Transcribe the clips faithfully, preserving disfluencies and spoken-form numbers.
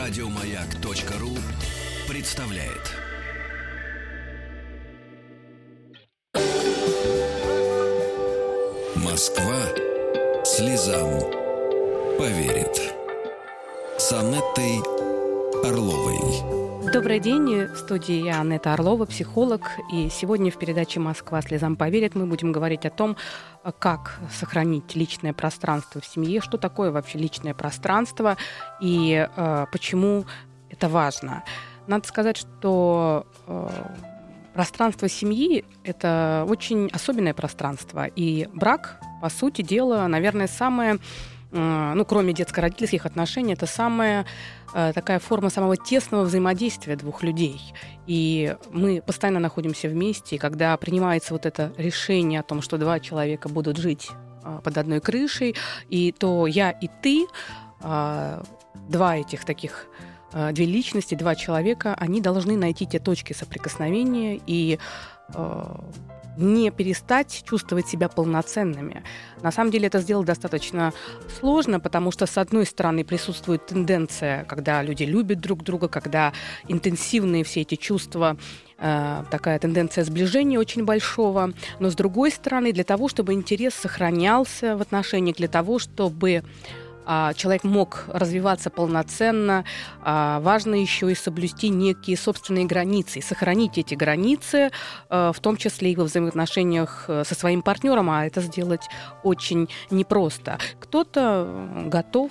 Радиомаяк.ру представляет. Москва слезам поверит. С Анеттой Орловой. Добрый день, в студии я, Анетта Орлова, психолог. И сегодня в передаче «Москва слезам поверит» мы будем говорить о том, как сохранить личное пространство в семье, что такое вообще личное пространство и э, почему это важно. Надо сказать, что э, пространство семьи – это очень особенное пространство. И брак, по сути дела, наверное, самое, э, ну, кроме детско-родительских отношений, это самая э, такая форма самого тесного взаимодействия двух людей. И мы постоянно находимся вместе, и когда принимается вот это решение о том, что два человека будут жить э, под одной крышей, и то я и ты, э, два этих таких две личности, два человека, они должны найти те точки соприкосновения и э, не перестать чувствовать себя полноценными. На самом деле это сделать достаточно сложно, потому что, с одной стороны, присутствует тенденция, когда люди любят друг друга, когда интенсивные все эти чувства, э, такая тенденция сближения очень большого. Но, с другой стороны, для того, чтобы интерес сохранялся в отношениях, для того, чтобы человек мог развиваться полноценно, важно еще и соблюсти некие собственные границы, и сохранить эти границы, в том числе и во взаимоотношениях со своим партнером, а это сделать очень непросто. Кто-то готов,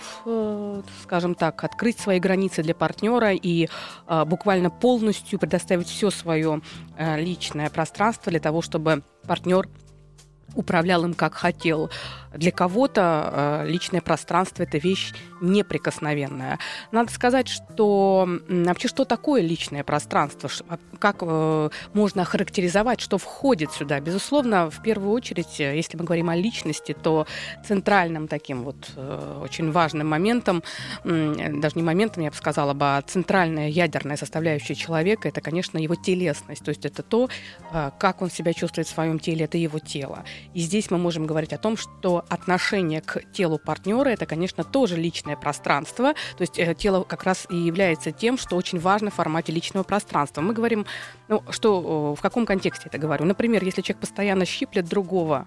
скажем так, открыть свои границы для партнера и буквально полностью предоставить все свое личное пространство для того, чтобы партнер управлял им как хотел. Для кого-то э, личное пространство – это вещь неприкосновенная. Надо сказать, что м, вообще что такое личное пространство, Ш, как э, можно охарактеризовать, что входит сюда. Безусловно, в первую очередь, если мы говорим о личности, то центральным таким вот э, очень важным моментом, э, даже не моментом, я бы сказала бы, а центральная ядерная составляющая человека – это, конечно, его телесность. То есть это то, э, как он себя чувствует в своем теле, это его тело. И здесь мы можем говорить о том, что отношение к телу партнера – это, конечно, тоже личное пространство. То есть э, тело как раз и является тем, что очень важно в формате личного пространства. Мы говорим, ну, что, в каком контексте это говорю? Например, если человек постоянно щиплет другого,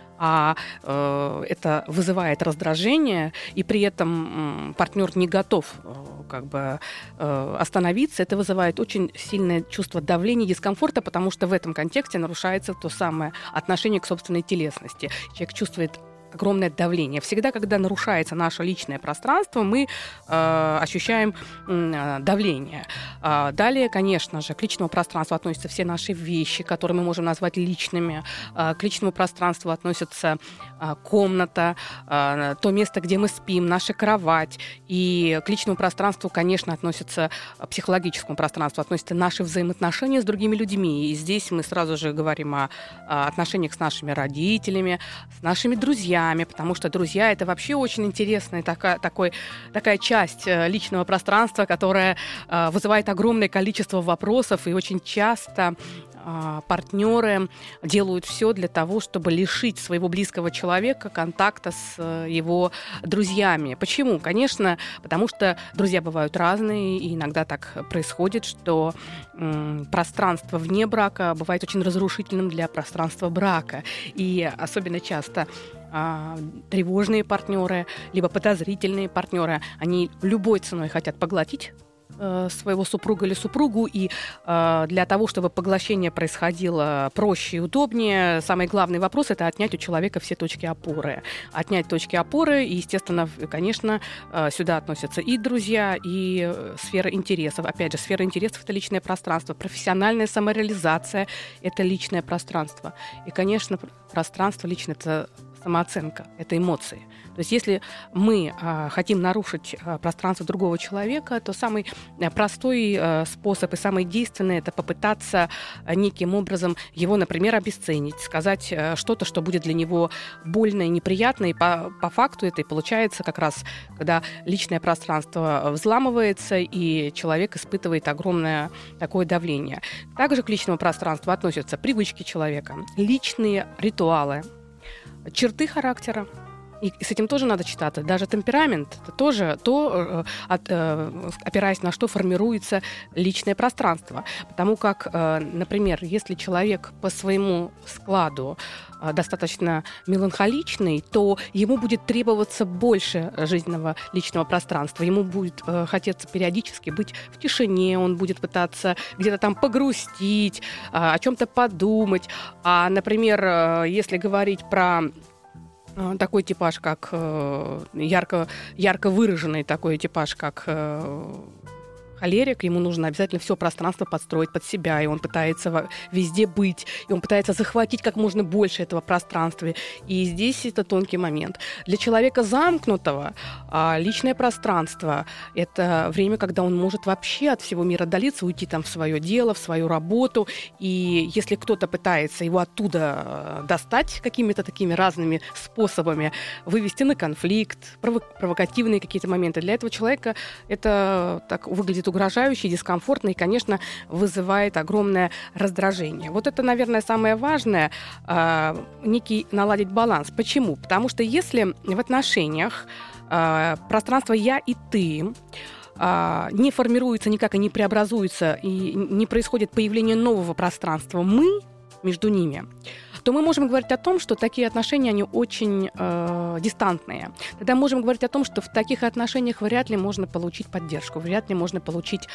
а э, это вызывает раздражение, и при этом э, партнер не готов э, как бы, э, остановиться, это вызывает очень сильное чувство давления, дискомфорта, потому что в этом контексте нарушается то самое отношение к собственной телесности. Человек чувствует огромное давление. Всегда, когда нарушается наше личное пространство, мы э, ощущаем э, давление. Э, далее, конечно же, к личному пространству относятся все наши вещи, которые мы можем назвать личными. Э, к личному пространству относится э, комната, э, то место, где мы спим, наша кровать. И к личному пространству, конечно, относится к психологическому пространству, относятся наши взаимоотношения с другими людьми. И здесь мы сразу же говорим о, о отношениях с нашими родителями, с нашими друзьями, потому что друзья – это вообще очень интересная такая, такой, такая часть э, личного пространства, которая э, вызывает огромное количество вопросов, и очень часто э, партнеры делают все для того, чтобы лишить своего близкого человека контакта с э, его друзьями. Почему? Конечно, потому что друзья бывают разные, и иногда так происходит, что э, пространство вне брака бывает очень разрушительным для пространства брака. И особенно часто тревожные партнеры, либо подозрительные партнеры, они любой ценой хотят поглотить э, своего супруга или супругу, и э, для того, чтобы поглощение происходило проще и удобнее, самый главный вопрос – это отнять у человека все точки опоры. Отнять точки опоры, и, естественно, конечно, э, сюда относятся и друзья, и э, сфера интересов. Опять же, сфера интересов – это личное пространство, профессиональная самореализация – это личное пространство. И, конечно, пространство личное – это самооценка, это эмоции. То есть если мы а, хотим нарушить а, пространство другого человека, то самый а, простой а, способ и самый действенный – это попытаться а, неким образом его, например, обесценить, сказать а, что-то, что будет для него больно и неприятно. И по, по факту это и получается как раз, когда личное пространство взламывается, и человек испытывает огромное такое давление. Также к личному пространству относятся привычки человека, личные ритуалы, черты характера. И с этим тоже надо читаться. Даже темперамент — это тоже то, от, опираясь на что формируется личное пространство. Потому как, например, если человек по своему складу достаточно меланхоличный, то ему будет требоваться больше жизненного личного пространства. Ему будет э, хотеться периодически быть в тишине, он будет пытаться где-то там погрустить, э, о чем-то подумать. А, например, э, если говорить про э, такой типаж, как э, ярко, ярко выраженный такой типаж, как э, холерик, ему нужно обязательно все пространство подстроить под себя, и он пытается везде быть, и он пытается захватить как можно больше этого пространства. И здесь это тонкий момент. Для человека замкнутого личное пространство — это время, когда он может вообще от всего мира отдалиться, уйти там в свое дело, в свою работу. И если кто-то пытается его оттуда достать какими-то такими разными способами, вывести на конфликт, провокативные какие-то моменты, для этого человека это так выглядит угрожающе, дискомфортно и, конечно, вызывает огромное раздражение. Вот это, наверное, самое важное, э, некий наладить баланс. Почему? Потому что если в отношениях э, пространство «я» и «ты» э, не формируется никак и не преобразуется, и не происходит появление нового пространства «мы» между ними, то мы можем говорить о том, что такие отношения, они очень э, дистантные. Тогда можем говорить о том, что в таких отношениях вряд ли можно получить поддержку, вряд ли можно получить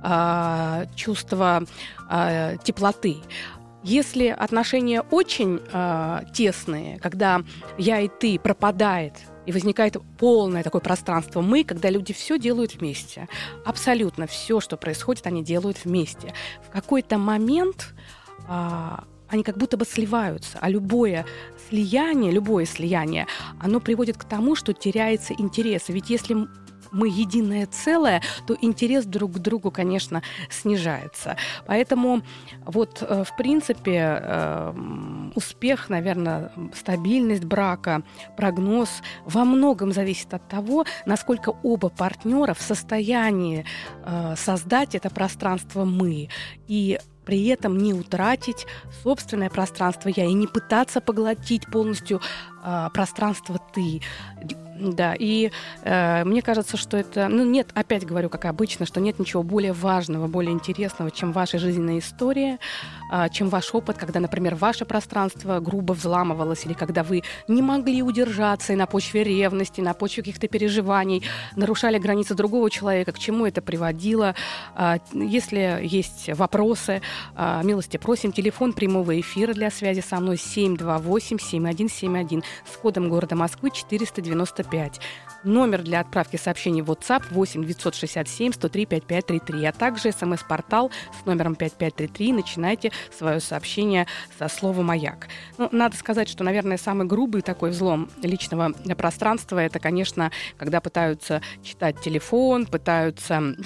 э, чувство э, теплоты. Если отношения очень э, тесные, когда «я» и «ты» пропадает, и возникает полное такое пространство «мы», когда люди все делают вместе. Абсолютно все, что происходит, они делают вместе. В какой-то момент э, они как будто бы сливаются, а любое слияние, любое слияние, оно приводит к тому, что теряется интерес. Ведь если мы единое целое, то интерес друг к другу, конечно, снижается. Поэтому вот, в принципе, успех, наверное, стабильность брака, прогноз во многом зависит от того, насколько оба партнера в состоянии создать это пространство «мы». И при этом не утратить собственное пространство «я» и не пытаться поглотить полностью э, пространство «ты». Да, и э, мне кажется, что это... Ну, нет, опять говорю, как обычно, что нет ничего более важного, более интересного, чем ваша жизненная история, э, чем ваш опыт, когда, например, ваше пространство грубо взламывалось, или когда вы не могли удержаться и на почве ревности, на почве каких-то переживаний нарушали границы другого человека, к чему это приводило. Э, если есть вопросы, э, милости просим. Телефон прямого эфира для связи со мной семь два восемь семь один семь один с кодом города Москвы четыреста девяносто пять. Номер для отправки сообщений в WhatsApp восемь девятьсот шестьдесят семь сто три пятьдесят пять тридцать три, а также смс-портал с номером пять пять три три. Начинайте свое сообщение со слова «Маяк». Ну, надо сказать, что, наверное, самый грубый такой взлом личного пространства — это, конечно, когда пытаются читать телефон, пытаются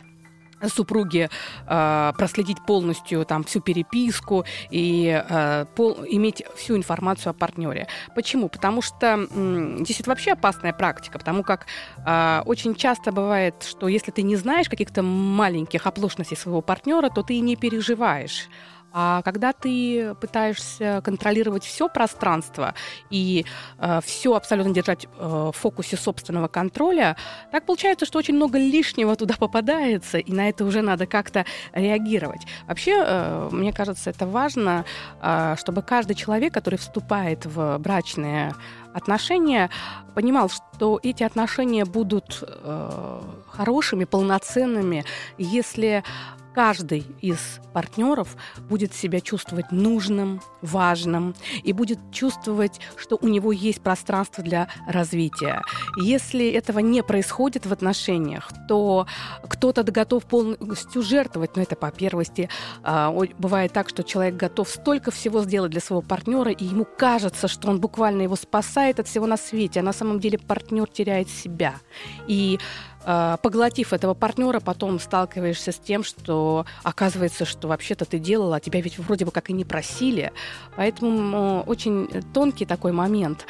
супруги э, проследить полностью там всю переписку и э, пол, иметь всю информацию о партнере. Почему? Потому что м, здесь это вообще опасная практика, потому как э, очень часто бывает, что если ты не знаешь каких-то маленьких оплошностей своего партнера, то ты и не переживаешь. А когда ты пытаешься контролировать все пространство и э, все абсолютно держать э, в фокусе собственного контроля, так получается, что очень много лишнего туда попадается, и на это уже надо как-то реагировать. Вообще, э, мне кажется, это важно, э, чтобы каждый человек, который вступает в брачные отношения, понимал, что эти отношения будут э, хорошими, полноценными, если каждый из партнеров будет себя чувствовать нужным, важным и будет чувствовать, что у него есть пространство для развития. Если этого не происходит в отношениях, то кто-то готов полностью жертвовать, но это по первости. Бывает так, что человек готов столько всего сделать для своего партнера, и ему кажется, что он буквально его спасает от всего на свете, а на самом деле партнер теряет себя. И поглотив этого партнера, потом сталкиваешься с тем, что оказывается, что вообще-то ты делала, а тебя ведь вроде бы как и не просили. Поэтому очень тонкий такой момент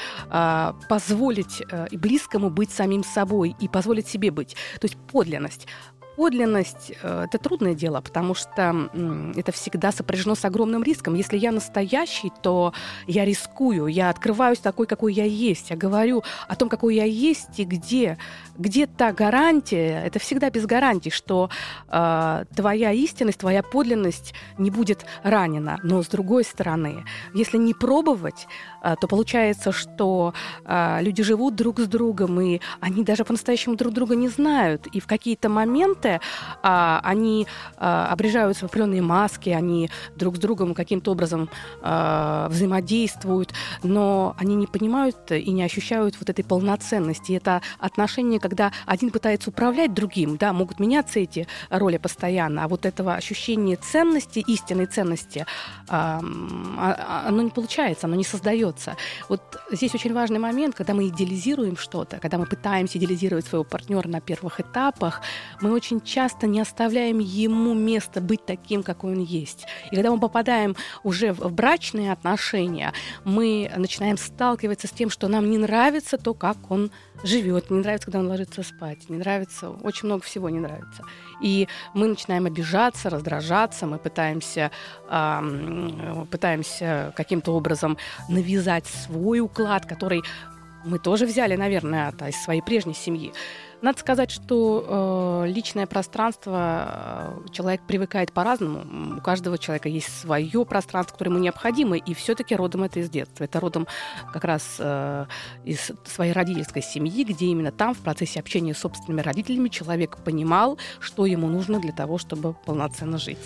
— позволить и близкому быть самим собой, и позволить себе быть. То есть подлинность. Подлинность э, – это трудное дело, потому что м, это всегда сопряжено с огромным риском. Если я настоящий, то я рискую, я открываюсь такой, какой я есть. Я говорю о том, какой я есть и где. Где та гарантия, это всегда без гарантии, что э, твоя истинность, твоя подлинность не будет ранена. Но с другой стороны, если не пробовать, э, то получается, что э, люди живут друг с другом, и они даже по-настоящему друг друга не знают. И в какие-то моменты а, они а, обрежаются в определенные маски, они друг с другом каким-то образом а, взаимодействуют, но они не понимают и не ощущают вот этой полноценности. Это отношение, когда один пытается управлять другим, да, могут меняться эти роли постоянно, а вот этого ощущения ценности, истинной ценности, а, а, оно не получается, оно не создается. Вот здесь очень важный момент, когда мы идеализируем что-то, когда мы пытаемся идеализировать своего партнера на первых этапах, мы очень часто не оставляем ему место быть таким, какой он есть. И когда мы попадаем уже в брачные отношения, мы начинаем сталкиваться с тем, что нам не нравится то, как он живет, не нравится, когда он ложится спать, не нравится, очень много всего не нравится. И мы начинаем обижаться, раздражаться, мы пытаемся, э, пытаемся каким-то образом навязать свой уклад, который мы тоже взяли, наверное, от, из своей прежней семьи. Надо сказать, что э, личное пространство э, человек привыкает по-разному. У каждого человека есть свое пространство, которое ему необходимо, и все-таки родом это из детства. Это родом как раз э, из своей родительской семьи, где именно там, в процессе общения с собственными родителями, человек понимал, что ему нужно для того, чтобы полноценно жить.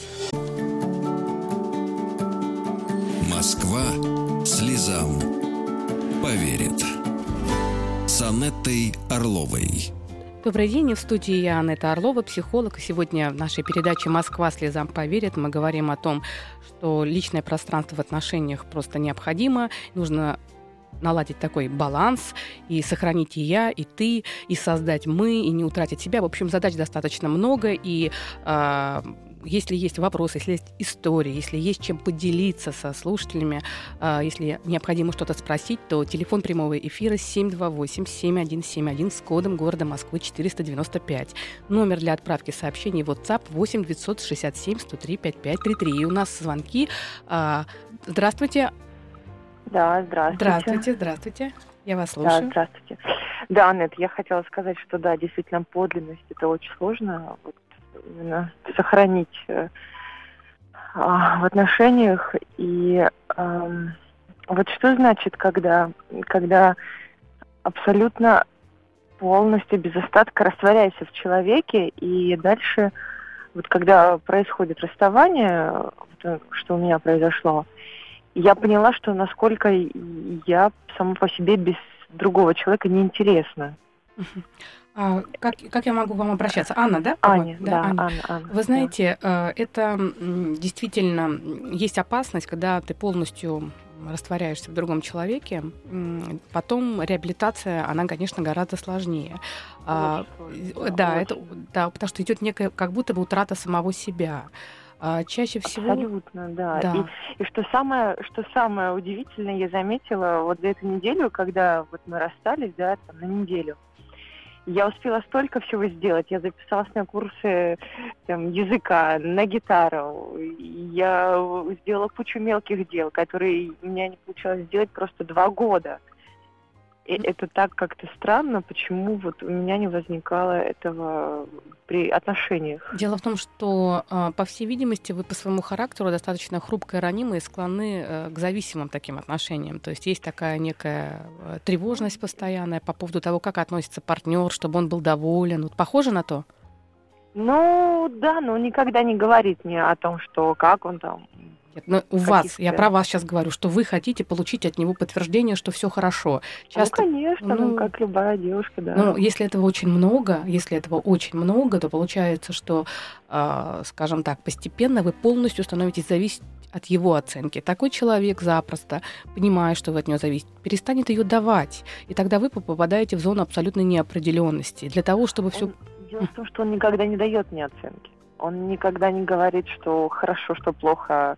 Москва слезам поверит. С Анеттой Орловой. Добрый день, в студии я, Анетта Орлова, психолог. И сегодня в нашей передаче «Москва слезам поверит» мы говорим о том, что личное пространство в отношениях просто необходимо. Нужно наладить такой баланс и сохранить и я, и ты, и создать мы, и не утратить себя. В общем, задач достаточно много, и э, если есть вопросы, если есть истории, если есть чем поделиться со слушателями, э, если необходимо что-то спросить, то телефон прямого эфира семь два восемь семь один семь один с кодом города Москвы четыреста девяносто пять. Номер для отправки сообщений WhatsApp восемь девятьсот шестьдесят семь сто три пятьдесят пять тридцать три. И у нас звонки. Э, здравствуйте. Да, здравствуйте. Здравствуйте, здравствуйте. Я вас слушаю. Да, здравствуйте. Да, Анет, я хотела сказать, что да, действительно, подлинность это очень сложно. Вот, именно сохранить э, а, в отношениях. И э, вот что значит, когда, когда абсолютно полностью без остатка растворяешься в человеке, и дальше, вот когда происходит расставание, вот, что у меня произошло, я поняла, что насколько я сама по себе без другого человека неинтересна. А как, как я могу вам обращаться? Анна, да? Аня, да, да, Аня. Анна, Анна. Вы знаете, да. Это действительно есть опасность, когда ты полностью растворяешься в другом человеке, потом реабилитация, она, конечно, гораздо сложнее. А, да, это, да, потому что идет некая, как будто бы утрата самого себя. А чаще всего... Абсолютно, да. да. И, и что самое, что самое удивительное, я заметила вот за эту неделю, когда вот мы расстались, да, там, на неделю, я успела столько всего сделать. Я записалась на курсы там, языка, на гитару. Я сделала кучу мелких дел, которые у меня не получалось сделать просто два года. И это так как-то странно, почему вот у меня не возникало этого при отношениях. Дело в том, что, по всей видимости, вы по своему характеру достаточно хрупкая, ранимая и склонны к зависимым таким отношениям. То есть есть такая некая тревожность постоянная по поводу того, как относится партнер, чтобы он был доволен. Вот похоже на то? Ну, да, но он никогда не говорит мне о том, что как он там... Нет, но у вас, я про вас сейчас говорю, что вы хотите получить от него подтверждение, что все хорошо. Часто, ну, конечно, ну, как любая девушка, да. Ну, если этого очень много, если этого очень много, то получается, что, э, скажем так, постепенно вы полностью становитесь зависеть от его оценки. Такой человек запросто, понимая, что вы от него зависите, перестанет ее давать. И тогда вы попадаете в зону абсолютной неопределенности. Для того, чтобы все... Дело в том, что он никогда не дает мне оценки. Он никогда не говорит, что хорошо, что плохо.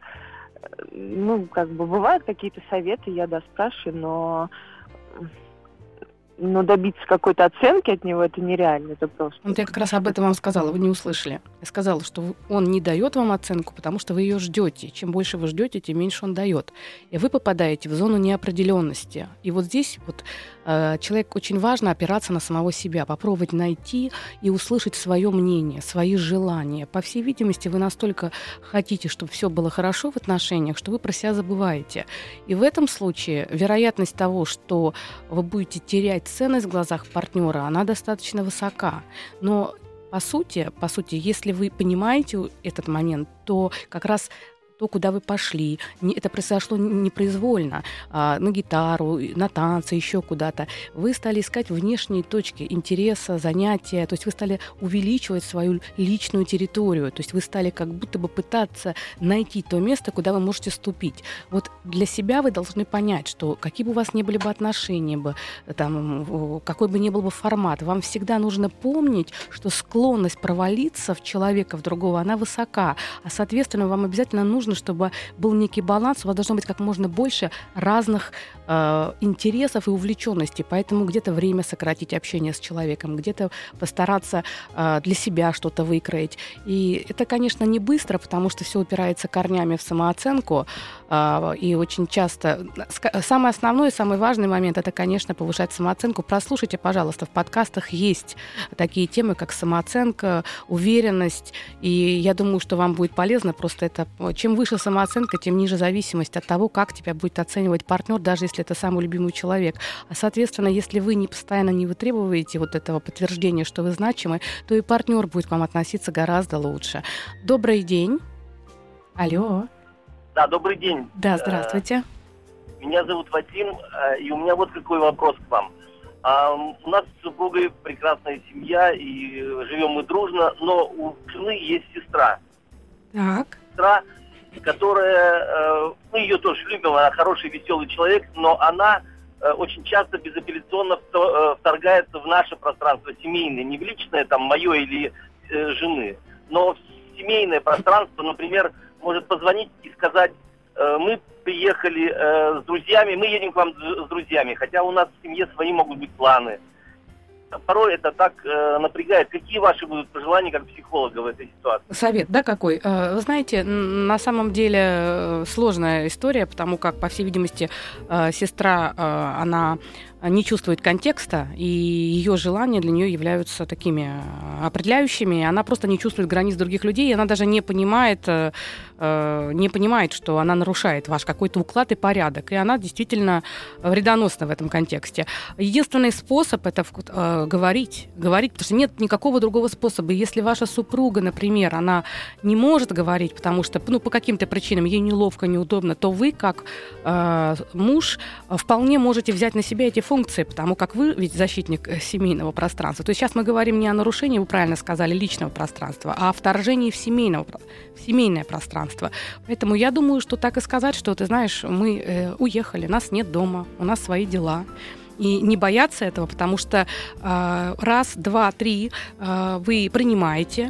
Ну, как бы бывают какие-то советы, я да спрашиваю, но но добиться какой-то оценки от него это нереально, это просто. Вот я как раз об этом вам сказала, вы не услышали. Я сказала, что он не дает вам оценку, потому что вы ее ждете. Чем больше вы ждете, тем меньше он дает. И вы попадаете в зону неопределенности. И вот здесь вот э, человек очень важно опираться на самого себя, попробовать найти и услышать свое мнение, свои желания. По всей видимости, вы настолько хотите, чтобы все было хорошо в отношениях, что вы про себя забываете. И в этом случае вероятность того, что вы будете терять ценность в глазах партнера, она достаточно высока. Но по сути, по сути, если вы понимаете этот момент, то как раз то, куда вы пошли, не, это произошло непроизвольно, а, на гитару, на танцы, еще куда-то. Вы стали искать внешние точки интереса, занятия, то есть вы стали увеличивать свою личную территорию, то есть вы стали как будто бы пытаться найти то место, куда вы можете ступить. Вот для себя вы должны понять, что какие бы у вас ни были бы отношения, бы, там, какой бы ни был бы формат, вам всегда нужно помнить, что склонность провалиться в человека, в другого, она высока, а, соответственно, вам обязательно нужно, чтобы был некий баланс, у вас должно быть как можно больше разных э, интересов и увлеченностей, поэтому где-то время сократить общение с человеком, где-то постараться э, для себя что-то выкроить. И это, конечно, не быстро, потому что все упирается корнями в самооценку, э, и очень часто самый основной и самый важный момент — это, конечно, повышать самооценку. Прослушайте, пожалуйста, в подкастах есть такие темы, как самооценка, уверенность, и я думаю, что вам будет полезно, просто это чем выше самооценка, тем ниже зависимость от того, как тебя будет оценивать партнер, даже если это самый любимый человек. А, соответственно, если вы не постоянно не вытребуете вот этого подтверждения, что вы значимы, то и партнер будет к вам относиться гораздо лучше. Добрый день. Алло. Да, добрый день. Да, здравствуйте. Меня зовут Вадим, и у меня вот какой вопрос к вам. У нас с супругой прекрасная семья, и живем мы дружно, но у жены есть сестра. Так. Сестра, которая, мы ее тоже любим, она хороший, веселый человек, но она очень часто безапелляционно вторгается в наше пространство семейное, не в личное, там, мое или э, жены, но в семейное пространство, например, может позвонить и сказать: э, мы приехали э, с друзьями, мы едем к вам с друзьями, хотя у нас в семье свои могут быть планы. Порой это так э, напрягает. Какие ваши будут пожелания как психолога в этой ситуации? Совет, да, какой? Вы знаете, на самом деле сложная история, потому как, по всей видимости, сестра, она не чувствует контекста, и ее желания для нее являются такими определяющими. Она просто не чувствует границ других людей, и она даже не понимает, не понимает, что она нарушает ваш какой-то уклад и порядок. И она действительно вредоносна в этом контексте. Единственный способ — это говорить, говорить, потому что нет никакого другого способа. Если ваша супруга, например, она не может говорить, потому что, ну, по каким-то причинам ей неловко, неудобно, то вы, как э, муж, вполне можете взять на себя эти функции, потому как вы ведь защитник семейного пространства. То есть сейчас мы говорим не о нарушении, вы правильно сказали, личного пространства, а о вторжении в, семейного, в семейное пространство. Поэтому я думаю, что так и сказать, что, ты знаешь, мы э, уехали, нас нет дома, у нас свои дела. И не бояться этого, потому что э, раз, два, три э, вы принимаете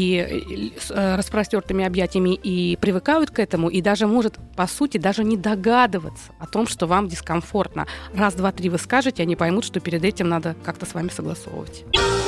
и э, распростертыми объятиями и привыкают к этому, и даже может, по сути, даже не догадываться о том, что вам дискомфортно. Раз, два, три вы скажете, они поймут, что перед этим надо как-то с вами согласовывать.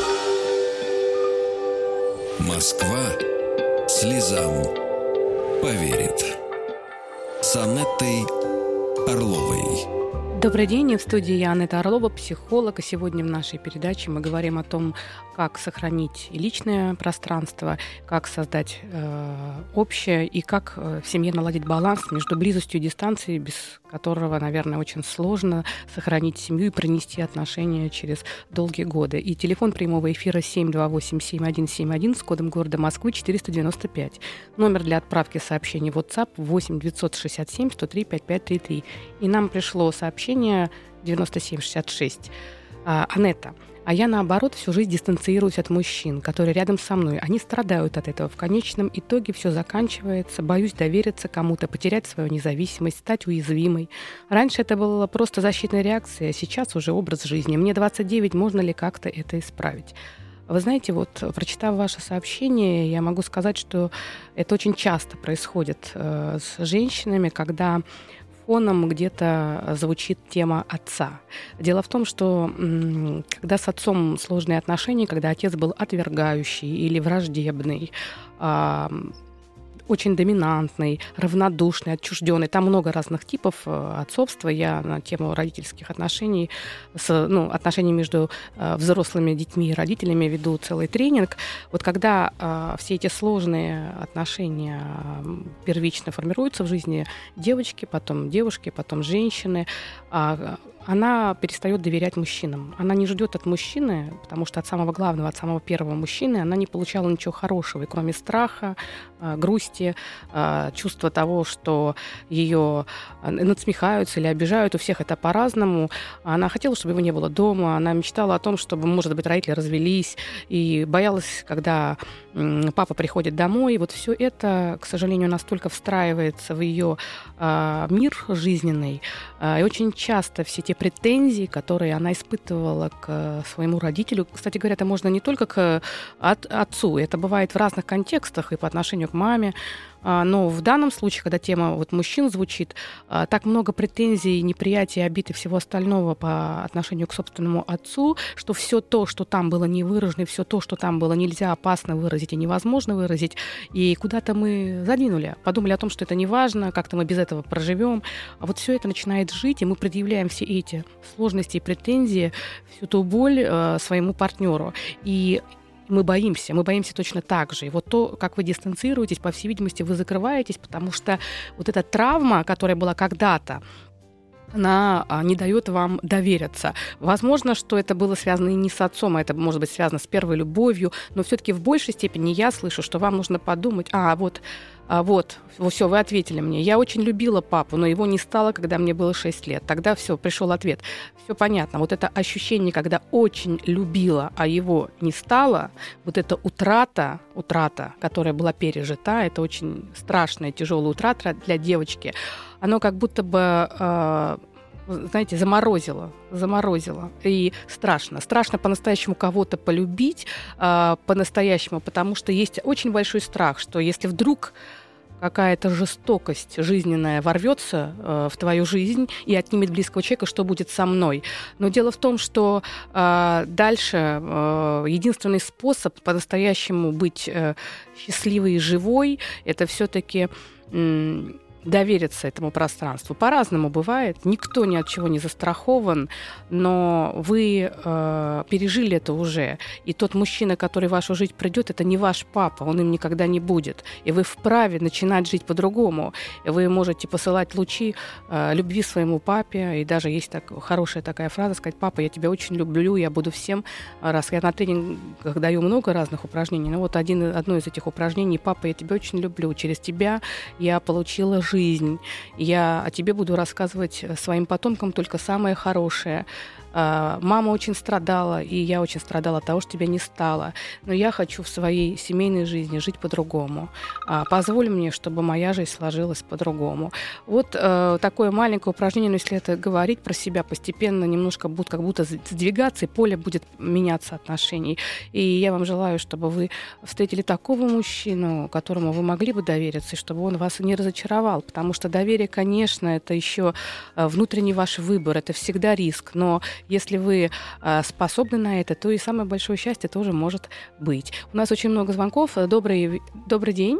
Москва слезам поверит. С Анеттой Орловой. Добрый день, в студии я, Анетта Орлова, психолог, и сегодня в нашей передаче мы говорим о том, как сохранить личное пространство, как создать э, общее и как э, в семье наладить баланс между близостью и дистанцией, без которого, наверное, очень сложно сохранить семью и пронести отношения через долгие годы. И телефон прямого эфира семь два восемь семь один семь один с кодом города Москвы четыреста девяносто пять. Номер для отправки сообщений в WhatsApp восемь девятьсот шестьдесят семь сто три пятьдесят пять тридцать три. И нам пришло сообщение девяносто семь шестьдесят шесть. А, Анетта, а я, наоборот, всю жизнь дистанцируюсь от мужчин, которые рядом со мной. Они страдают от этого. В конечном итоге все заканчивается. Боюсь довериться кому-то, потерять свою независимость, стать уязвимой. Раньше это была просто защитная реакция, а сейчас уже образ жизни. Мне двадцать девять, можно ли как-то это исправить? Вы знаете, вот, прочитав ваше сообщение, я могу сказать, что это очень часто происходит э, с женщинами, когда в фоном где-то звучит тема отца. Дело в том, что м, когда с отцом сложные отношения, когда отец был отвергающий или враждебный, а, очень доминантный, равнодушный, отчужденный. Там много разных типов э, отцовства. Я на тему родительских отношений, с, ну, отношений между э, взрослыми детьми и родителями веду целый тренинг. Вот когда э, все эти сложные отношения э, первично формируются в жизни девочки, потом девушки, потом женщины, э, она перестает доверять мужчинам. Она не ждет от мужчины, потому что от самого главного, от самого первого мужчины она не получала ничего хорошего, и кроме страха, грусти, чувства того, что ее надсмехаются или обижают, у всех это по-разному. Она хотела, чтобы его не было дома, она мечтала о том, чтобы, может быть, родители развелись, и боялась, когда папа приходит домой. И вот все это, к сожалению, настолько встраивается в ее мир жизненный, и очень часто все те претензии, которые она испытывала к своему родителю. Кстати говоря, это можно не только к от, отцу, это бывает в разных контекстах и по отношению к маме. Но в данном случае, когда тема вот мужчин звучит, так много претензий, неприятия, обид и всего остального по отношению к собственному отцу, что все то, что там было не выражено, все то, что там было нельзя, опасно выразить и невозможно выразить, и куда-то мы задвинули, подумали о том, что это не важно, как-то мы без этого проживем. А вот все это начинает жить, и мы предъявляем все эти сложности и претензии, всю ту боль э, своему партнеру. И мы боимся, мы боимся точно так же. И вот то, как вы дистанцируетесь, по всей видимости, вы закрываетесь, потому что вот эта травма, которая была когда-то, она не дает вам довериться. Возможно, что это было связано и не с отцом, а это может быть связано с первой любовью, но все-таки в большей степени я слышу, что вам нужно подумать, а вот, а вот, все, вы ответили мне. Я очень любила папу, но его не стало, когда мне было шесть лет. Тогда все, пришел ответ. Все понятно. Вот это ощущение, когда очень любила, а его не стало, вот эта утрата, утрата, которая была пережита, это очень страшная, тяжелая утрата для девочки. Оно как будто бы, э, знаете, заморозило, заморозило. И страшно. Страшно по-настоящему кого-то полюбить, э, по-настоящему, потому что есть очень большой страх, что если вдруг какая-то жестокость жизненная ворвется э, в твою жизнь и отнимет близкого человека, что будет со мной. Но дело в том, что э, дальше э, единственный способ по-настоящему быть э, счастливой и живой, это все-таки э, довериться этому пространству. По-разному бывает. Никто ни от чего не застрахован, но вы э, пережили это уже. И тот мужчина, который в вашу жизнь придет, это не ваш папа, он им никогда не будет. И вы вправе начинать жить по-другому. И вы можете посылать лучи э, любви своему папе. И даже есть так, хорошая такая фраза, сказать: папа, я тебя очень люблю, я буду всем. Раз я на тренингах даю много разных упражнений, но вот один, одно из этих упражнений: папа, я тебя очень люблю, через тебя я получила жизнь. жизнь. Я о тебе буду рассказывать своим потомкам только самое хорошее. Мама очень страдала, и я очень страдала от того, что тебя не стало. Но я хочу в своей семейной жизни жить по-другому. Позволь мне, чтобы моя жизнь сложилась по-другому. Вот такое маленькое упражнение, но если это говорить про себя, постепенно немножко будет как будто сдвигаться, и поле будет меняться отношений. И я вам желаю, чтобы вы встретили такого мужчину, которому вы могли бы довериться, и чтобы он вас не разочаровал. Потому что доверие, конечно, это еще внутренний ваш выбор, это всегда риск. Но если вы э, способны на это, то и самое большое счастье тоже может быть. У нас очень много звонков. Добрый, добрый день.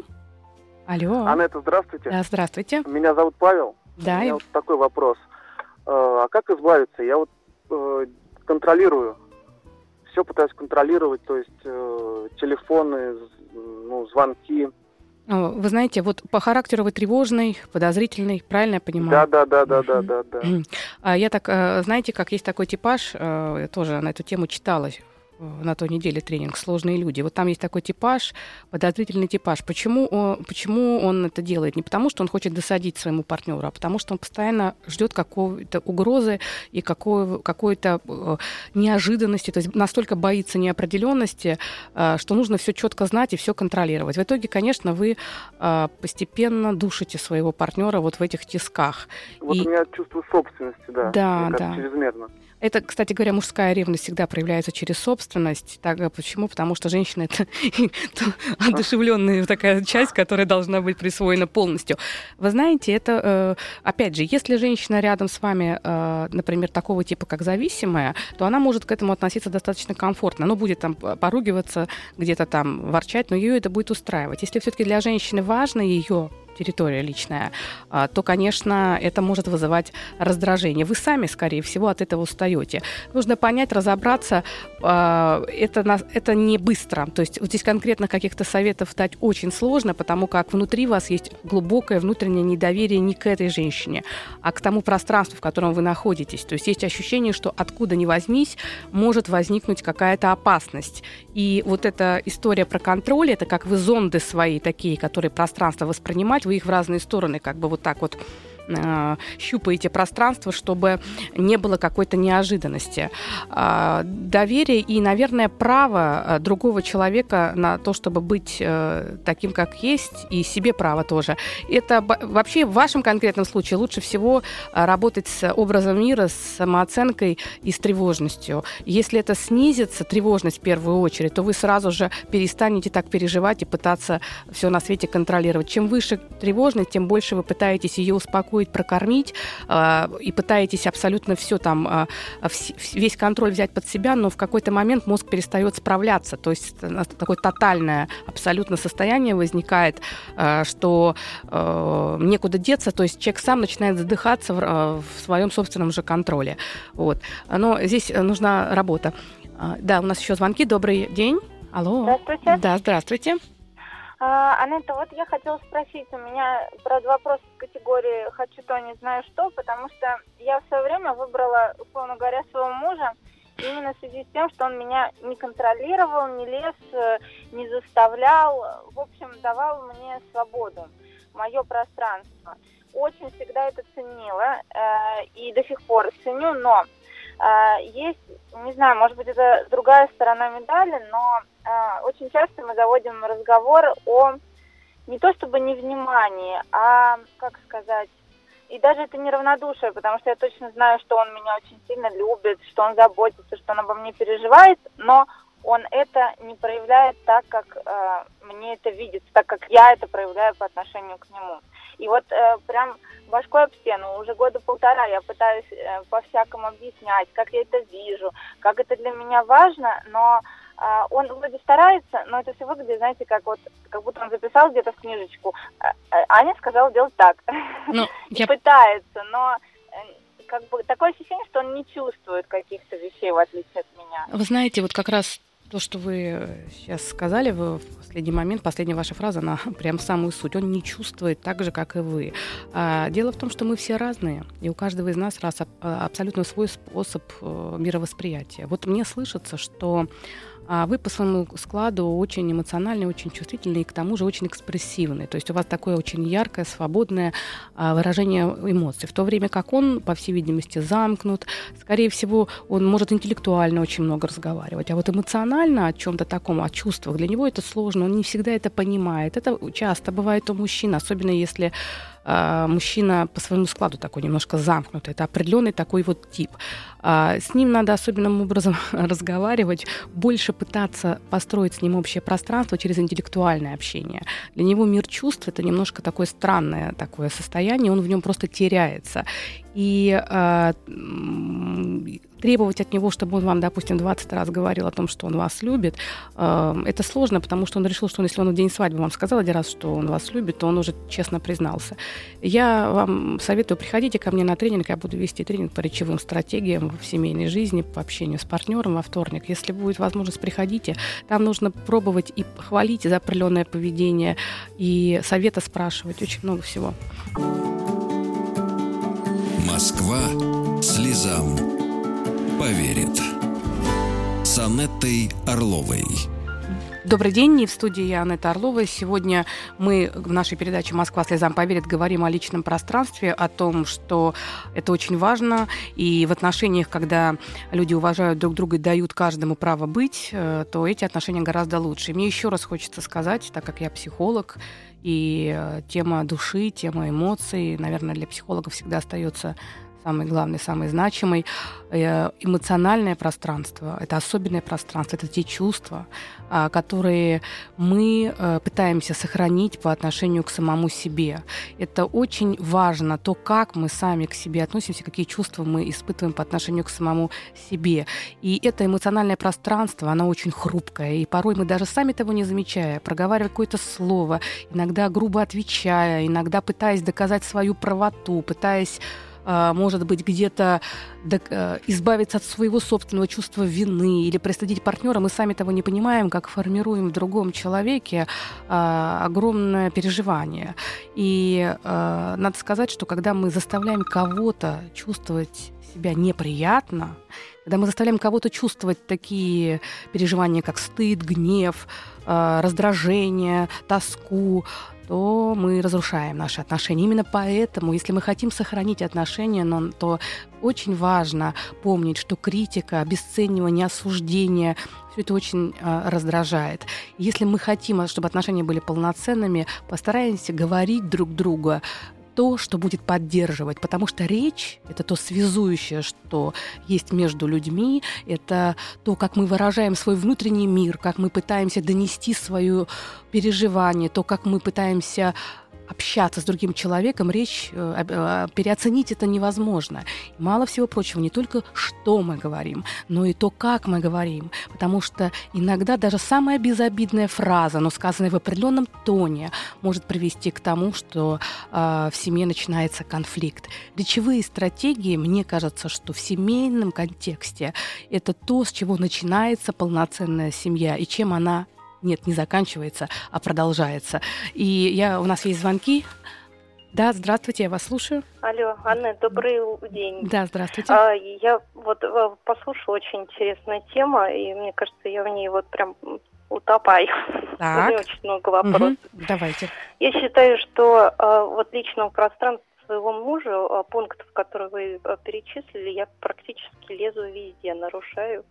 Алло. Анетта, здравствуйте. Да, здравствуйте. Меня зовут Павел. Да. У меня и... вот такой вопрос. Э, а как избавиться? Я вот э, контролирую. Все пытаюсь контролировать, то есть э, телефоны, ну, звонки. Вы знаете, вот по характеру вы тревожный, подозрительный, правильно я понимаю? Да, да, да, да, да, да, да. Я так, знаете, как есть такой типаж, я тоже на эту тему читала на той неделе тренинг «Сложные люди». Вот там есть такой типаж, подозрительный типаж. Почему он, почему он это делает? Не потому, что он хочет досадить своему партнеру, а потому, что он постоянно ждет какой-то угрозы и какой, какой-то э, неожиданности, то есть настолько боится неопределенности, э, что нужно все четко знать и все контролировать. В итоге, конечно, вы э, постепенно душите своего партнера вот в этих тисках. Вот и... у меня чувство собственности, да. Да, мне да. кажется, чрезмерно. Это, кстати говоря, мужская ревность всегда проявляется через собственность. Так, почему? Потому что женщина — это одушевленная такая часть, которая должна быть присвоена полностью. Вы знаете, это, опять же, если женщина рядом с вами, например, такого типа, как зависимая, то она может к этому относиться достаточно комфортно. Она будет там поругиваться, где-то там ворчать, но ее это будет устраивать. Если все-таки для женщины важно ее территория личная, то, конечно, это может вызывать раздражение. Вы сами, скорее всего, от этого устаете. Нужно понять, разобраться. Это, это не быстро. То есть вот здесь конкретно каких-то советов дать очень сложно, потому как внутри вас есть глубокое внутреннее недоверие не к этой женщине, а к тому пространству, в котором вы находитесь. То есть есть ощущение, что откуда ни возьмись, может возникнуть какая-то опасность. И вот эта история про контроль, это как вы зонды свои такие, которые пространство воспринимать, вы их в разные стороны как бы вот так вот э, щупаете пространство, чтобы не было какой-то неожиданности. Э, доверие и, наверное, право другого человека на то, чтобы быть э, таким, как есть, и себе право тоже. Это вообще в вашем конкретном случае лучше всего работать с образом мира, с самооценкой и с тревожностью. Если это снизится, тревожность в первую очередь, то вы сразу же перестанете так переживать и пытаться все на свете контролировать. Чем выше тревожность, тем больше вы пытаетесь ее успокоить, прокормить э, и пытаетесь абсолютно все там, э, в, весь контроль взять под себя, но в какой-то момент мозг перестает справляться. То есть такое тотальное абсолютно состояние возникает, э, что э, некуда деться, то есть человек сам начинает задыхаться в, э, в своем собственном же контроле. Вот. Но здесь нужна работа. Э, да, у нас еще звонки. Добрый день. Алло. Здравствуйте. Да, здравствуйте. Анетта, вот я хотела спросить, у меня, правда, вопрос в категории «хочу то, не знаю что», потому что я в свое время выбрала, условно говоря, своего мужа именно в связи с тем, что он меня не контролировал, не лез, не заставлял, в общем, давал мне свободу, мое пространство. Очень всегда это ценила э, и до сих пор ценю, но э, есть, не знаю, может быть, это другая сторона медали, но э, очень часто мы заводим разговор о не то чтобы невнимании, а, как сказать, и даже это не равнодушие, потому что я точно знаю, что он меня очень сильно любит, что он заботится, что он обо мне переживает, но он это не проявляет так, как э, мне это видится, так как я это проявляю по отношению к нему. И вот э, прям башкой об стену, уже года полтора я пытаюсь э, по-всякому объяснять, как я это вижу, как это для меня важно, но э, он вроде старается, но это все выглядит, знаете, как вот, как будто он записал где-то в книжечку. Э, Аня сказала делать так. Ну, я... Пытается, но... Э, как бы такое ощущение, что он не чувствует каких-то вещей, в отличие от меня. Вы знаете, вот как раз то, что вы сейчас сказали в последний момент, последняя ваша фраза, она прям в самую суть. Он не чувствует так же, как и вы. А, дело в том, что мы все разные, и у каждого из нас раз, абсолютно свой способ мировосприятия. Вот мне слышится, что а вы по своему складу очень эмоциональный, очень чувствительный и к тому же очень экспрессивный. То есть у вас такое очень яркое, свободное а, выражение эмоций. В то время как он, по всей видимости, замкнут. Скорее всего, он может интеллектуально очень много разговаривать. А вот эмоционально о чем-то таком, о чувствах, для него это сложно. Он не всегда это понимает. Это часто бывает у мужчин, особенно если а, мужчина по своему складу такой немножко замкнутый. Это определенный такой вот тип. А, с ним надо особенным образом разговаривать, больше пытаться построить с ним общее пространство через интеллектуальное общение. Для него мир чувств — это немножко такое странное такое состояние, он в нем просто теряется. И э, требовать от него, чтобы он вам, допустим, двадцать раз говорил о том, что он вас любит, э, это сложно, потому что он решил, что он, если он в день свадьбы вам сказал один раз, что он вас любит, то он уже честно признался. Я вам советую, приходите ко мне на тренинг, я буду вести тренинг по речевым стратегиям в семейной жизни, по общению с партнером во вторник. Если будет возможность, приходите. Там нужно пробовать и хвалить за определенное поведение, и совета спрашивать. Очень много всего. Москва слезам поверит. С Анеттой Орловой. Добрый день, и в студии я, Анетта Орлова. Сегодня мы в нашей передаче «Москва слезам поверит» говорим о личном пространстве, о том, что это очень важно, и в отношениях, когда люди уважают друг друга и дают каждому право быть, то эти отношения гораздо лучше. Мне еще раз хочется сказать, так как я психолог, и тема души, тема эмоций, наверное, для психолога всегда остается самый главный, самый значимый. Эмоциональное пространство — это особенное пространство, это те чувства, которые мы пытаемся сохранить по отношению к самому себе. Это очень важно, то, как мы сами к себе относимся, какие чувства мы испытываем по отношению к самому себе. И это эмоциональное пространство, оно очень хрупкое, и порой мы даже сами того не замечая, проговаривая какое-то слово, иногда грубо отвечая, иногда пытаясь доказать свою правоту, пытаясь, может быть, где-то избавиться от своего собственного чувства вины или пристыдить партнера, мы сами того не понимаем, как формируем в другом человеке огромное переживание. И надо сказать, что когда мы заставляем кого-то чувствовать себя неприятно, когда мы заставляем кого-то чувствовать такие переживания, как стыд, гнев, раздражение, тоску, то мы разрушаем наши отношения. Именно поэтому, если мы хотим сохранить отношения, но, то очень важно помнить, что критика, обесценивание, осуждение — все это очень э, раздражает. Если мы хотим, чтобы отношения были полноценными, постараемся говорить друг другу то, что будет поддерживать, потому что речь — это то связующее, что есть между людьми, это то, как мы выражаем свой внутренний мир, как мы пытаемся донести свое переживание, то, как мы пытаемся общаться с другим человеком, речь, переоценить это невозможно. И мало всего прочего, не только что мы говорим, но и то, как мы говорим. Потому что иногда даже самая безобидная фраза, но сказанная в определенном тоне, может привести к тому, что э, в семье начинается конфликт. Речевые стратегии, мне кажется, что в семейном контексте это то, с чего начинается полноценная семья и чем она Нет, не заканчивается, а продолжается. И я, у нас есть звонки. Да, здравствуйте, я вас слушаю. Алло, Анна, добрый день. Да, здравствуйте. А, я вот послушала, очень интересная тема, и мне кажется, я в ней вот прям утопаю. Так. У меня очень много вопросов. Угу. Давайте. Я считаю, что а, вот личного пространства своего мужа, а, пунктов, которые вы а, перечислили, я практически лезу везде, нарушаю.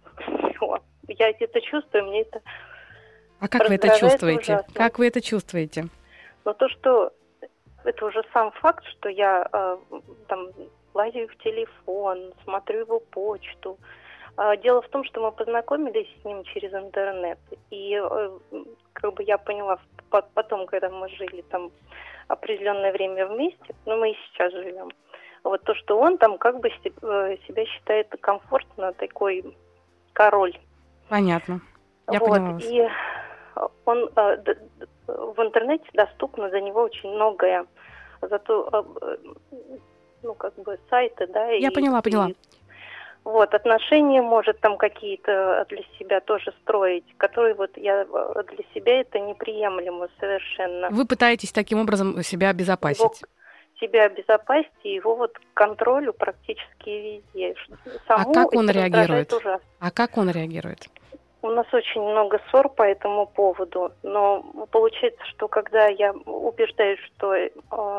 Я это чувствую, мне это А как вы это чувствуете? Ужасно. Как вы это чувствуете? Но то, что это уже сам факт, что я э, там лазю в телефон, смотрю его почту. Э, дело в том, что мы познакомились с ним через интернет. И э, как бы я поняла потом, когда мы жили там определенное время вместе, но мы и сейчас живем, вот то, что он там как бы себя считает комфортно, такой король. Понятно. Я вот. поняла вас. И он э, д, в интернете доступно за него очень многое, зато э, ну как бы сайты, да. Я и, поняла, поняла. И, вот отношения может там какие-то для себя тоже строить, которые вот я для себя это неприемлемо совершенно. Вы пытаетесь таким образом себя обезопасить? Его, себя обезопасить и его вот к контролю практически везде. Саму а как он реагирует? А как он реагирует? У нас очень много ссор по этому поводу, но получается, что когда я убеждаюсь, что э,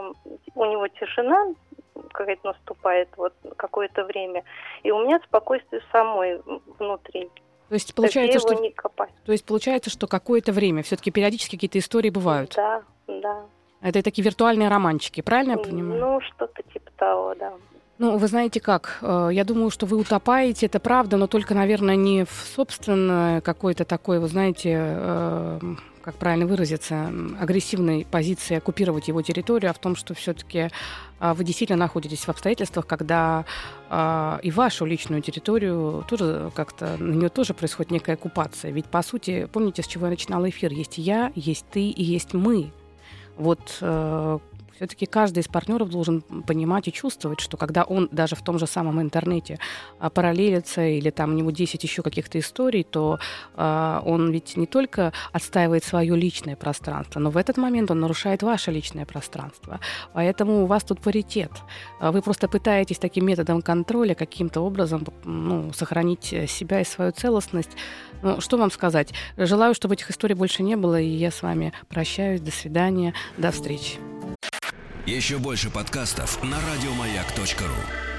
у него тишина какая-то наступает вот какое-то время, и у меня спокойствие самой внутри. То есть получается, то есть что не копать. То есть получается, что какое-то время все-таки периодически какие-то истории бывают. Да, да. Это такие виртуальные романчики, правильно я понимаю? Ну, что-то типа того, да. Ну, вы знаете как, я думаю, что вы утопаете, это правда, но только, наверное, не в собственной какой-то такой, вы знаете, как правильно выразиться, агрессивной позиции оккупировать его территорию, а в том, что все-таки вы действительно находитесь в обстоятельствах, когда и вашу личную территорию тоже как-то, на нее тоже происходит некая оккупация. Ведь, по сути, помните, с чего я начинала эфир? Есть я, есть ты и есть мы. Вот все-таки каждый из партнеров должен понимать и чувствовать, что когда он даже в том же самом интернете параллелится или там у него десять еще каких-то историй, то а, он ведь не только отстаивает свое личное пространство, но в этот момент он нарушает ваше личное пространство. Поэтому у вас тут паритет. Вы просто пытаетесь таким методом контроля каким-то образом ну, сохранить себя и свою целостность. Ну, что вам сказать? Желаю, чтобы этих историй больше не было, и я с вами прощаюсь. До свидания. До встречи. Еще больше подкастов на радиомаяк точка ру.